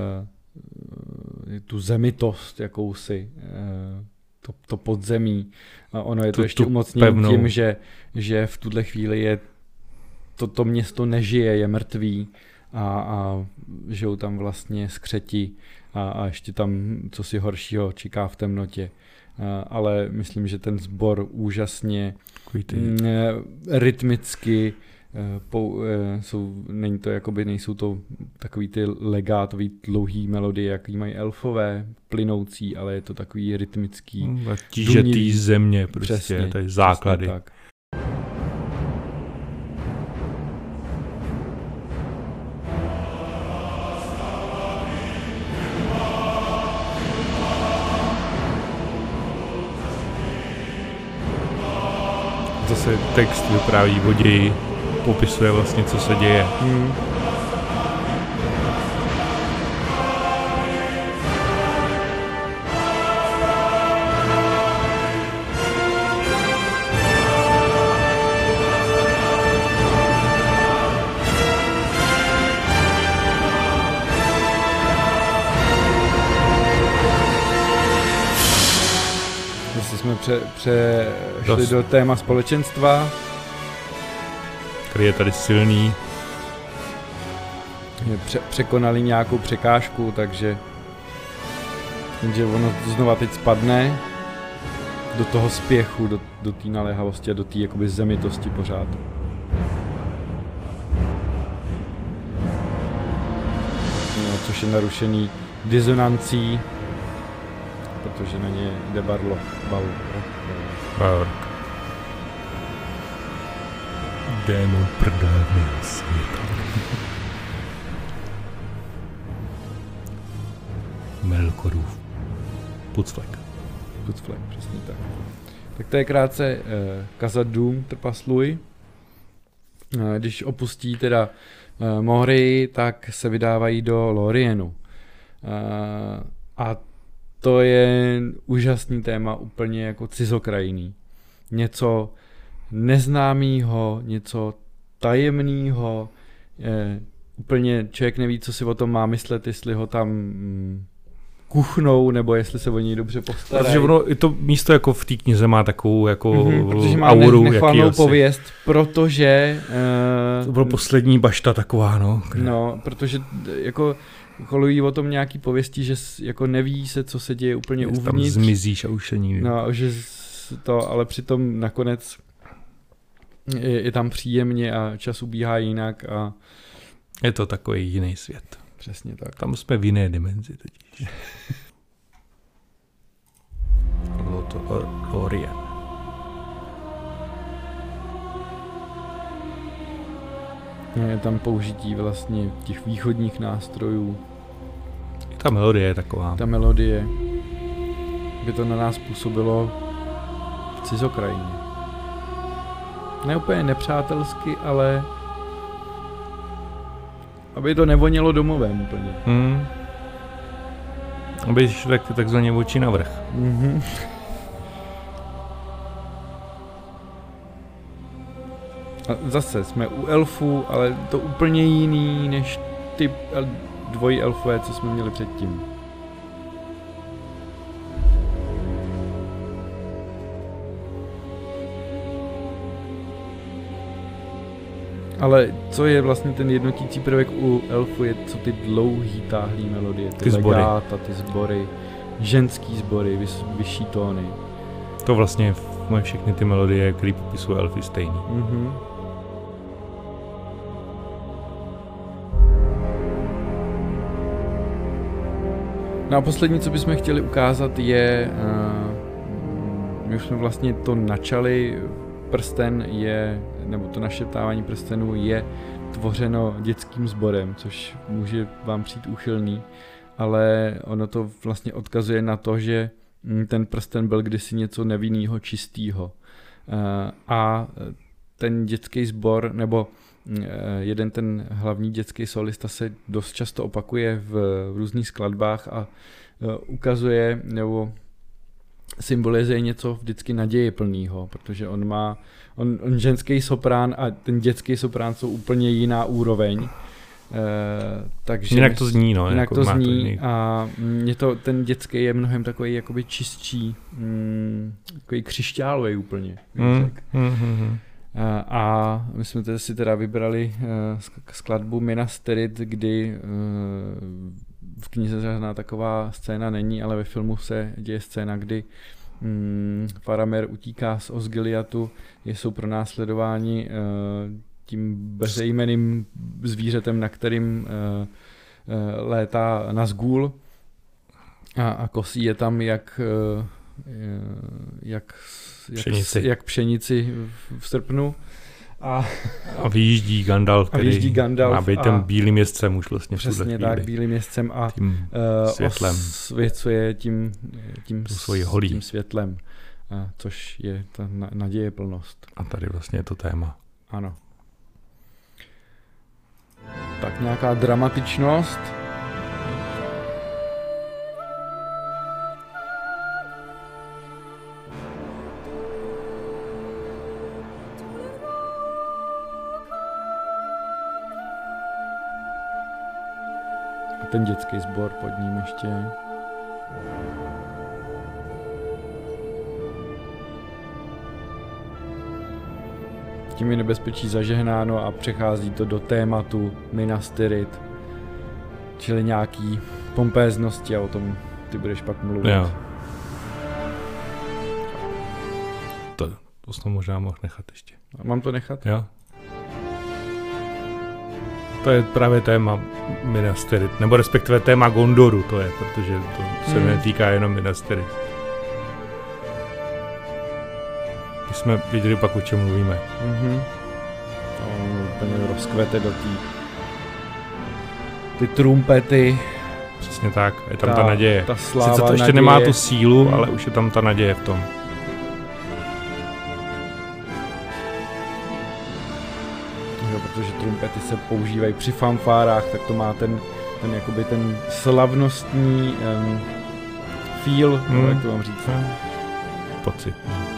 tu zemitost jakousi, to podzemí. A ono je to ještě umocněno tím, že v tuhle chvíli je to město nežije, je mrtvý a žijou tam vlastně skřeti a ještě tam cosi horšího čeká v temnotě. Ale myslím, že ten sbor úžasně rytmicky nejsou to takový ty legátový dlouhý melodie, jaký mají elfové, plynoucí, ale je to takový rytmický. Tížetý země, prostě, přesně, to je základy. Tak. Zase text vypráví o ději, popisuje vlastně, co se děje. Jsme přešli do téma společenstva, který je tady silný. Překonali nějakou překážku, takže ono znova teď spadne do toho spěchu, do té naléhavosti a do té jakoby zemitosti pořád. No, což je narušený disonancí, protože na ně jde Balrog. Démon prdávného světa. Melkorův pucflek, přesně tak. Tak to je krátce Khazad-dûm, trpasluj. Když opustí teda Morii, tak se vydávají do Lorienu. A to je úžasný téma, úplně jako cizokrajný. Něco neznámého, něco tajemného. Úplně člověk neví, co si o tom má myslet, jestli ho tam kuchnou, nebo jestli se o něj dobře postarají. Protože ono, i to místo jako v té knize má takovou jako protože má auru. Nechvalnou pověst, protože... to byla poslední bašta taková, no. No, protože jako... Kolují o tom nějaký pověstí, že jako neví se, co se děje úplně uvnitř. Tam zmizíš a už se nikdy. No, že to, ale přitom nakonec je tam příjemně a čas ubíhá jinak a... Je to takový jiný svět. Přesně tak. Tam jsme v jiné dimenzi totiž. Lorien. Je tam použití vlastně těch východních nástrojů. Ta melodie je taková. Ta melodie by to na nás působilo v cizokrajině. Ne úplně nepřátelsky, ale aby to nevonilo domovem úplně. Aby šlo takzvaně oči na vrch. A zase jsme u elfů, ale to úplně jiný než ty dvojí elfové, co jsme měli předtím. Ale co je vlastně ten jednotící prvek u elfu, je co ty dlouhý táhlý melodie, ty legáta, ty sbory, ženský sbory, vyšší tóny. To vlastně moje všechny ty melodie, které popisují elfy, stejný. Mm-hmm. No a poslední, co bychom chtěli ukázat, je, my už jsme vlastně to načali, prsten je, nebo to našeptávání prstenů je tvořeno dětským sborem, což může vám přijít úchylný, ale ono to vlastně odkazuje na to, že ten prsten byl kdysi něco nevinnýho, čistýho. A ten dětský sbor, nebo jeden ten hlavní dětský solista se dost často opakuje v různých skladbách a ukazuje nebo symbolizuje něco vždycky nadějeplného, protože on ženský soprán a ten dětský soprán jsou úplně jiná úroveň. Takže jinak to zní, no. Jinak jako to zní a ten dětský je mnohem takový jakoby čistší, takový křišťálový úplně. A my jsme si teda vybrali skladbu Minas Tirith, kdy v knize žádná taková scéna není, ale ve filmu se děje scéna, kdy Faramir utíká z Osgiliathu, jsou pronásledováni tím bezejmenným zvířetem, na kterým létá Nazgûl a kosí je tam jak pšenici v srpnu. A vyjíždí Gandalf, který má být tím bílým jezdcem už vlastně. Přesně tak, bílým jezdcem a tím světlem. Osvěcuje tím světlem, což je ta nadějeplnost. A tady vlastně je to téma. Ano. Tak nějaká dramatičnost. A ten dětský sbor pod ním ještě. Tím je nebezpečí zažehnáno a přechází to do tématu Minas Tirith, čili nějaký pompéznosti a o tom ty budeš pak mluvit. Jo. To jsem možná mohl nechat ještě. A mám to nechat? Jo. To je právě téma Minas Tirith, nebo respektive téma Gondoru to je, protože to se netýká jenom Minas Tirith. My jsme viděli pak, o čem mluvíme. To úplně rozkvete do ty trumpety. Přesně tak, je tam ta naděje. Ta sláva, sice to ještě naděje. Nemá tu sílu, ale už je tam ta naděje v tom. Jo, protože trumpety se používají při fanfárách, tak to má ten jakoby ten slavnostní feel, jak to mám říct. Pocit.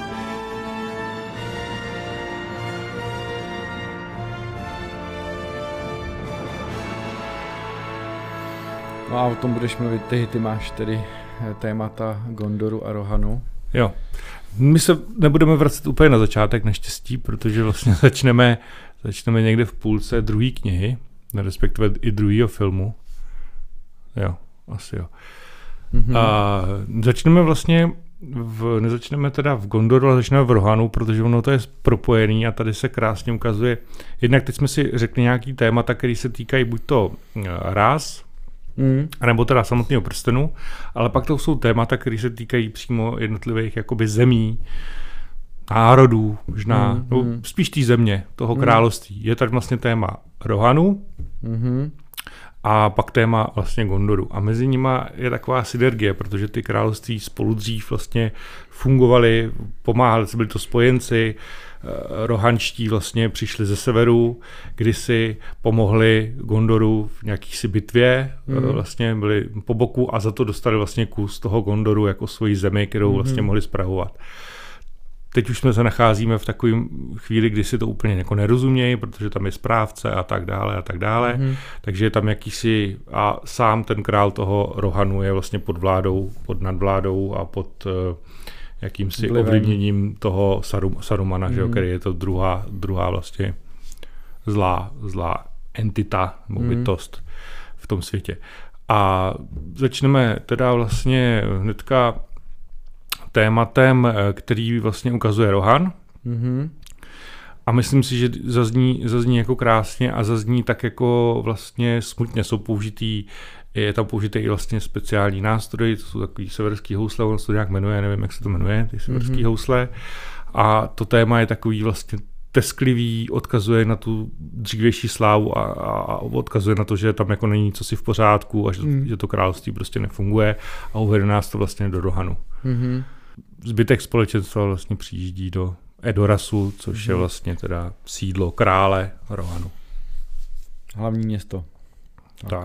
No a o tom budeš mluvit ty máš tedy témata Gondoru a Rohanu. Jo. My se nebudeme vracet úplně na začátek naštěstí, protože vlastně začneme někde v půlce druhé knihy, respektive i druhého filmu. Jo, asi jo. A začneme vlastně nezačneme teda v Gondoru, ale začneme v Rohanu, protože ono to je propojený a tady se krásně ukazuje. Jednak teď jsme si řekli nějaký témata, který se týkají buď to ras, nebo teda samotného prstenu, ale pak to jsou témata, které se týkají přímo jednotlivých jakoby zemí, národů, možná, no, spíš té země, toho království. Je tady vlastně téma Rohanu a pak téma vlastně Gondoru. A mezi nima je taková synergie, protože ty království spolu dřív vlastně fungovaly, pomáhali, byli to spojenci, rohanští vlastně přišli ze severu, kdysi pomohli Gondoru v nějaký bitvě, vlastně byli po boku a za to dostali vlastně kus toho Gondoru jako svoji zemi, kterou vlastně mohli spravovat. teď už jsme se nacházíme v takovém chvíli, kdy si to úplně jako nerozumějí, protože tam je správce a tak dále a tak dále. Takže je tam jakýsi, a sám ten král toho Rohanu je vlastně pod vládou, pod nadvládou a pod jakýmsi ovlivněním toho Sarumana, že jo, který je to druhá vlastně zlá entita, bytost v tom světě. A začneme teda vlastně hnedka tématem, který vlastně ukazuje Rohan. A myslím si, že zazní jako krásně a zazní tak jako vlastně smutně. Je tam použitý i vlastně speciální nástroj, to jsou takový severský housle, on se to nějak jmenuje, nevím, jak se to jmenuje, ty severský housle. A to téma je takový vlastně tesklivý, odkazuje na tu dřívější slávu a odkazuje na to, že tam jako není cosi v pořádku a že to království prostě nefunguje a uvede nás to vlastně do Rohanu. Zbytek společenstva vlastně přijíždí do Edorasu, což je vlastně teda sídlo krále Rohanu. Hlavní město. Tak.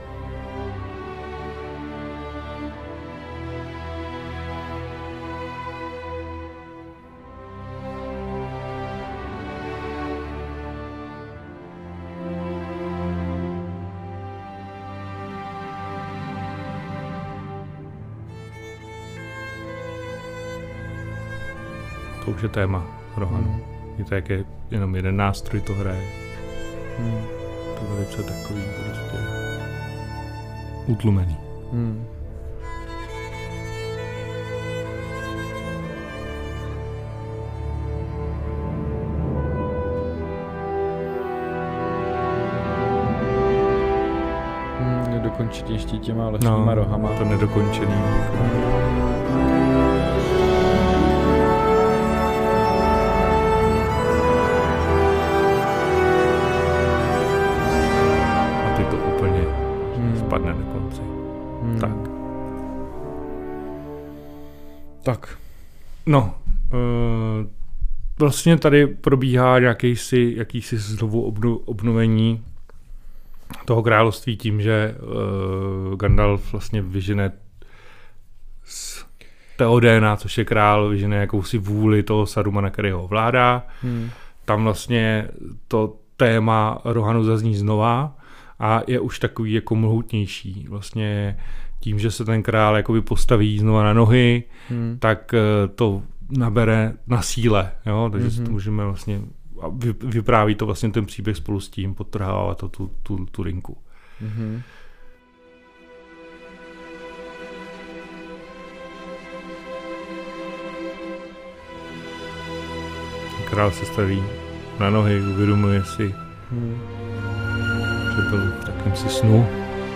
To už je téma Rohanu. Je to jak je jenom jeden nástroj, to hraje. To je velice takový prostě utlumený. Nedokončit ještě těma lesníma rohama. To nedokončený. Spadne na konci. Tak. No, vlastně tady probíhá jakýsi znovu obnovení toho království tím, že Gandalf vlastně vyžene z Theodena, což je král, vyžene jakousi vůli toho Sarumana, který ho ovládá. Tam vlastně to téma Rohanu zazní znova a je už takový jako mohutnější. Vlastně tím, že se ten král jakoby postaví znova na nohy, tak to nabere na síle, jo? Takže si to můžeme vlastně, vypráví to vlastně ten příběh spolu s tím, podtrhává to tu linku. Král se staví na nohy, uvědomuje si, že byl v takovém snu.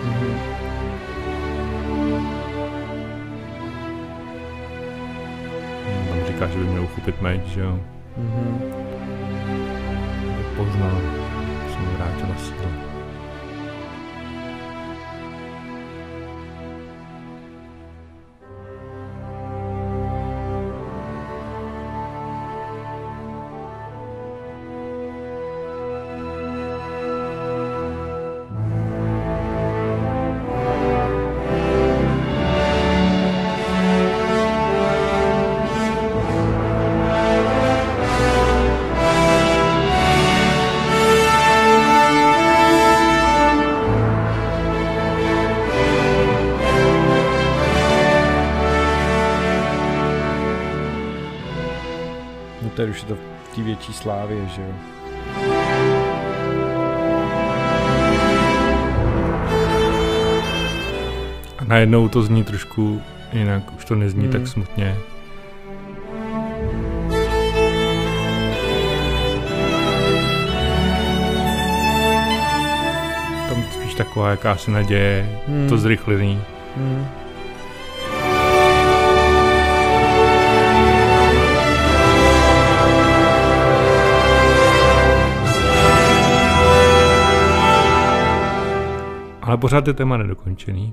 Tam říká, že by měl uchopit meč, že jo. Poznal, že mu vrátila síla. Tady už je to v té větší slávě, že jo. A najednou to zní trošku jinak, už to nezní tak smutně. Tam spíš taková jakási naděje, to zrychlený. Ale pořád je téma nedokončený.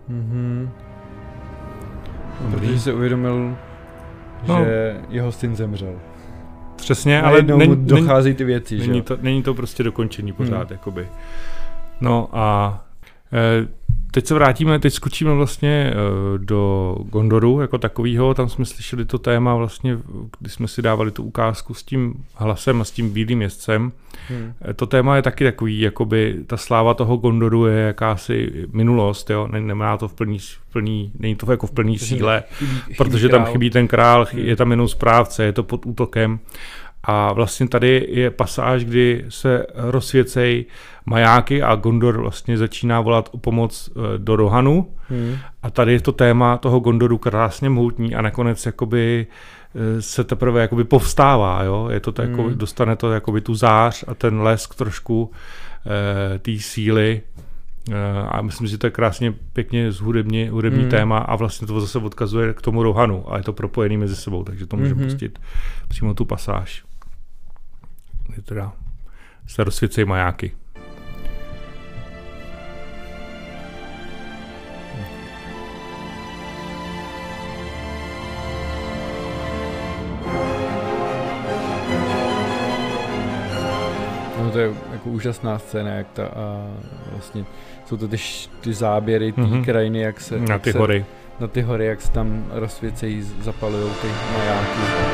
Protože se uvědomil, že jeho syn zemřel. Přesně, ale dochází ty věci, není to prostě dokončený pořád, jakoby. No a teď skočíme vlastně do Gondoru jako takového, tam jsme slyšeli to téma vlastně, když jsme si dávali tu ukázku s tím hlasem a s tím bílým jezdcem. To téma je taky takový, jakoby ta sláva toho Gondoru je jakási minulost, jo, nemá to není to jako v plný síle, protože tam chybí ten král, je tam jenom správce, je to pod útokem. A vlastně tady je pasáž, kdy se rozsvěcejí majáky a Gondor vlastně začíná volat o pomoc do Rohanu. A tady je to téma toho Gondoru krásně mohutní a nakonec jakoby se teprve jakoby povstává, jo? Je to jako, dostane to jakoby tu zář a ten lesk trošku té síly. A myslím, že to je krásně pěkně hudební téma a vlastně to zase odkazuje k tomu Rohanu a je to propojený mezi sebou, takže to můžeme pustit přímo tu pasáž. Je teda se rozsvěcejí majáky. No to je jako úžasná scéna, jak ta a vlastně jsou to ty záběry té krajiny, jak se na ty hory, jak se tam rozsvěcejí, zapalujou ty majáky.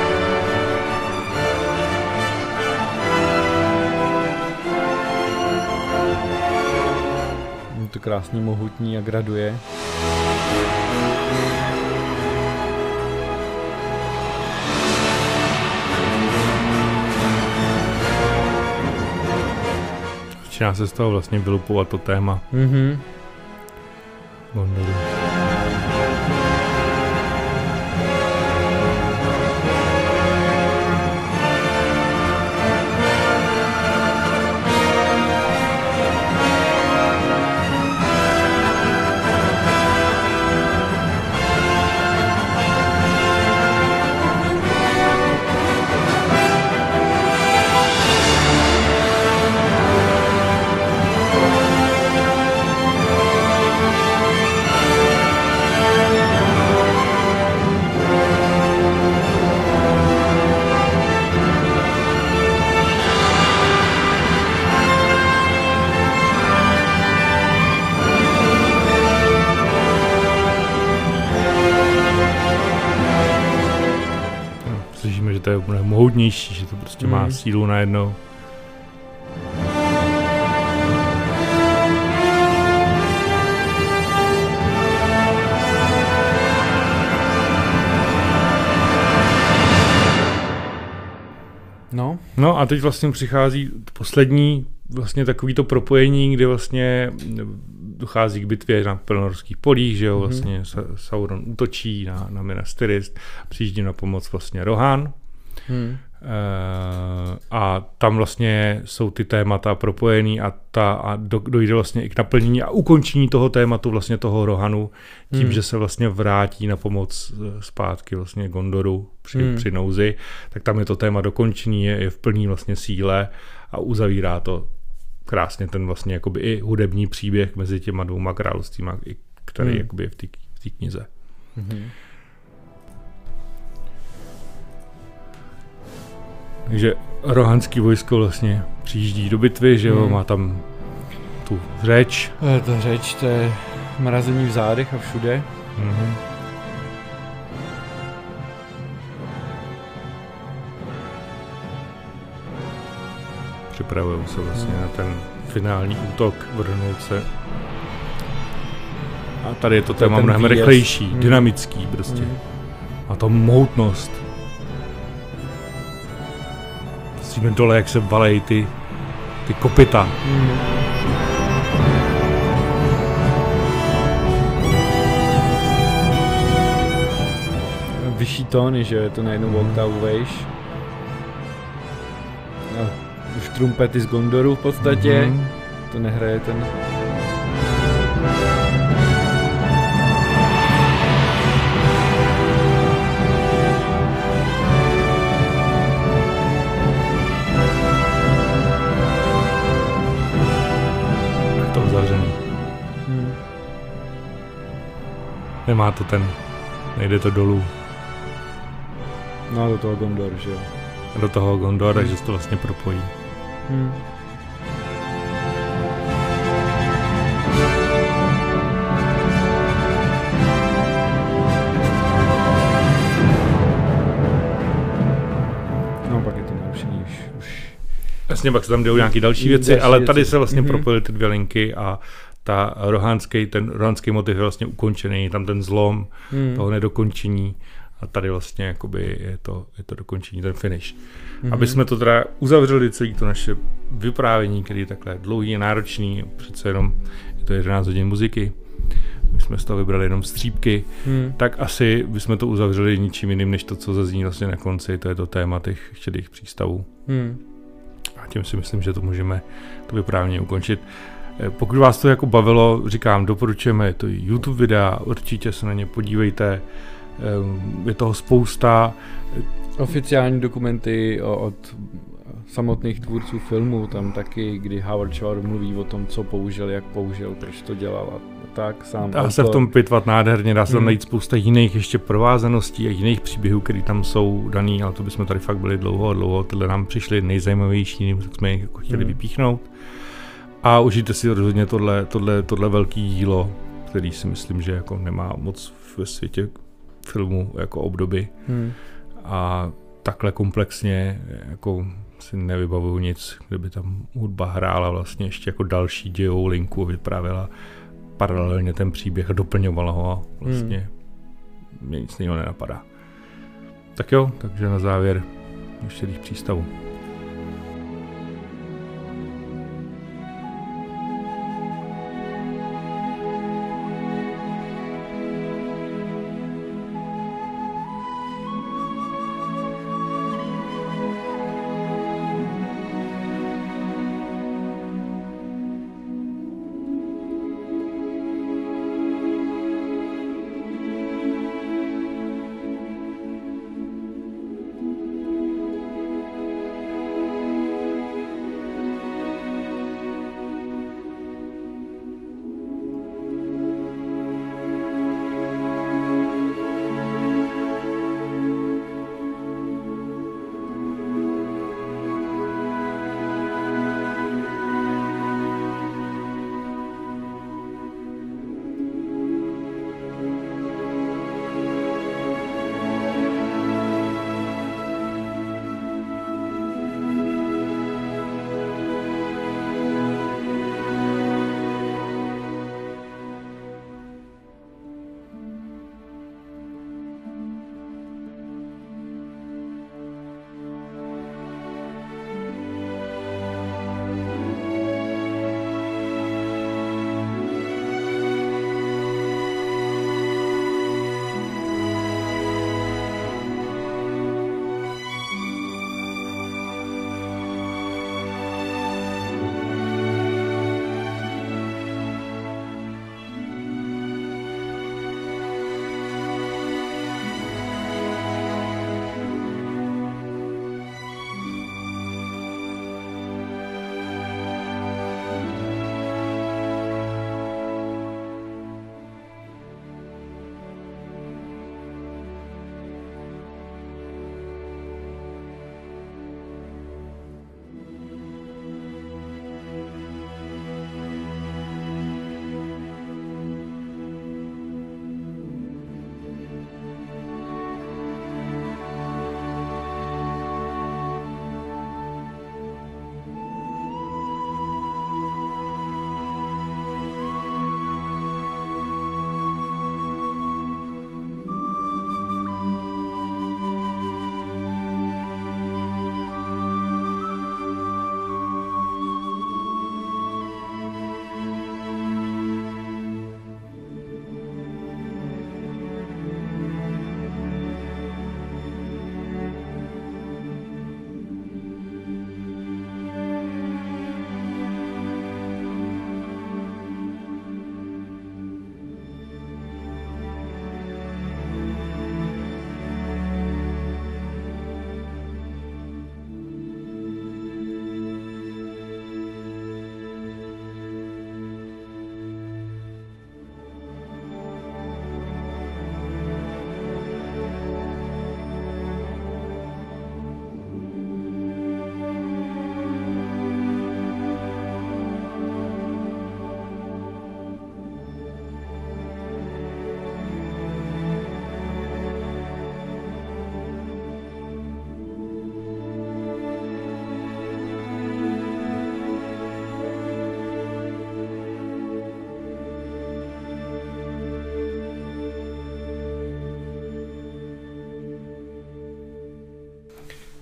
Je to krásně mohutní a graduje. Začíná se z toho vlastně vylupovat to téma. Gondoru. Slyšíme, že to je úplně mohutnější, že to prostě má sílu najednou. No a teď vlastně přichází poslední vlastně takový to propojení, kde vlastně dochází k bitvě na Pelennorských polích, že jo, vlastně Sauron útočí na Minas Tirith, přijíždí na pomoc vlastně Rohan. A tam vlastně jsou ty témata propojený a dojde vlastně i k naplnění a ukončení toho tématu vlastně toho Rohanu tím, že se vlastně vrátí na pomoc zpátky vlastně Gondoru při nouzi, tak tam je to téma dokončení, je v plný vlastně síle a uzavírá to krásně ten vlastně jakoby i hudební příběh mezi těma dvouma královstvíma, který jakoby je v té knize. Takže rohanský vojsko vlastně přijíždí do bitvy, že jo, má tam tu řeč. Ta řeč, to je mrazení v zádech a všude. Připravují se vlastně na ten finální útok, vrhnout se. A tady je to téma mnohem rychlejší, dynamický prostě. A to mohutnost. Vidíme dole, jak se valejí ty kopyta. Vyšší tóny, že je to najednou oktavu vejš. No, už trumpety z Gondoru v podstatě. To nehraje ten... Nemá to nejde to dolů. No do toho Gondor, že jo. Do toho Gondora, že se to vlastně propojí. Jasně, pak se tam dělou nějaké další věci, ale tady se vlastně propojily ty dvě linky a ten rohanský motiv je vlastně ukončený, tam ten zlom toho nedokončení a tady vlastně jakoby je to dokončení, ten finish. Aby jsme to teda uzavřeli celé to naše vyprávění, který je takhle dlouhý a náročný, přece jenom je to 11 hodin muziky, my jsme z toho vybrali jenom střípky, tak asi bychom to uzavřeli ničím jiným, než to, co zazní vlastně na konci, to je to téma těch šedých přístavů. A tím si myslím, že to můžeme to vyprávění ukončit. Pokud vás to jako bavilo, říkám, doporučujeme to YouTube videa, určitě se na ně podívejte, je toho spousta. Oficiální dokumenty od samotných tvůrců filmu, tam taky, kdy Howard Shore mluví o tom, co použil, jak použil, proč to dělal a tak sám. Dá se v tom pitvat nádherně, dá se tam najít spousta jiných ještě provázaností a jiných příběhů, které tam jsou daný, ale to bychom tady fakt byli dlouho, tyhle nám přišly nejzajímavější, tak jsme je jako chtěli vypíchnout. A užijte si rozhodně tohle velký dílo, který si myslím, že jako nemá moc ve světě filmu jako obdoby. A takhle komplexně jako si nevybavuju nic, kde by tam hudba hrála vlastně ještě jako další dějovou linku a vyprávěla paralelně ten příběh a doplňovala ho a vlastně mě nic jiného nenapadá. Tak jo, takže na závěr šedých přístavů.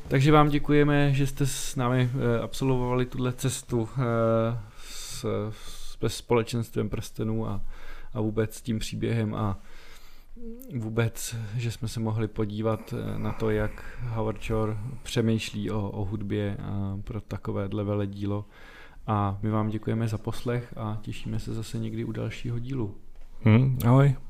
Takže vám děkujeme, že jste s námi absolvovali tuhle cestu s společenstvem prstenů a vůbec tím příběhem a vůbec, že jsme se mohli podívat na to, jak Howard Shore přemýšlí o hudbě pro takovéhle veledílo. A my vám děkujeme za poslech a těšíme se zase někdy u dalšího dílu. Ahoj.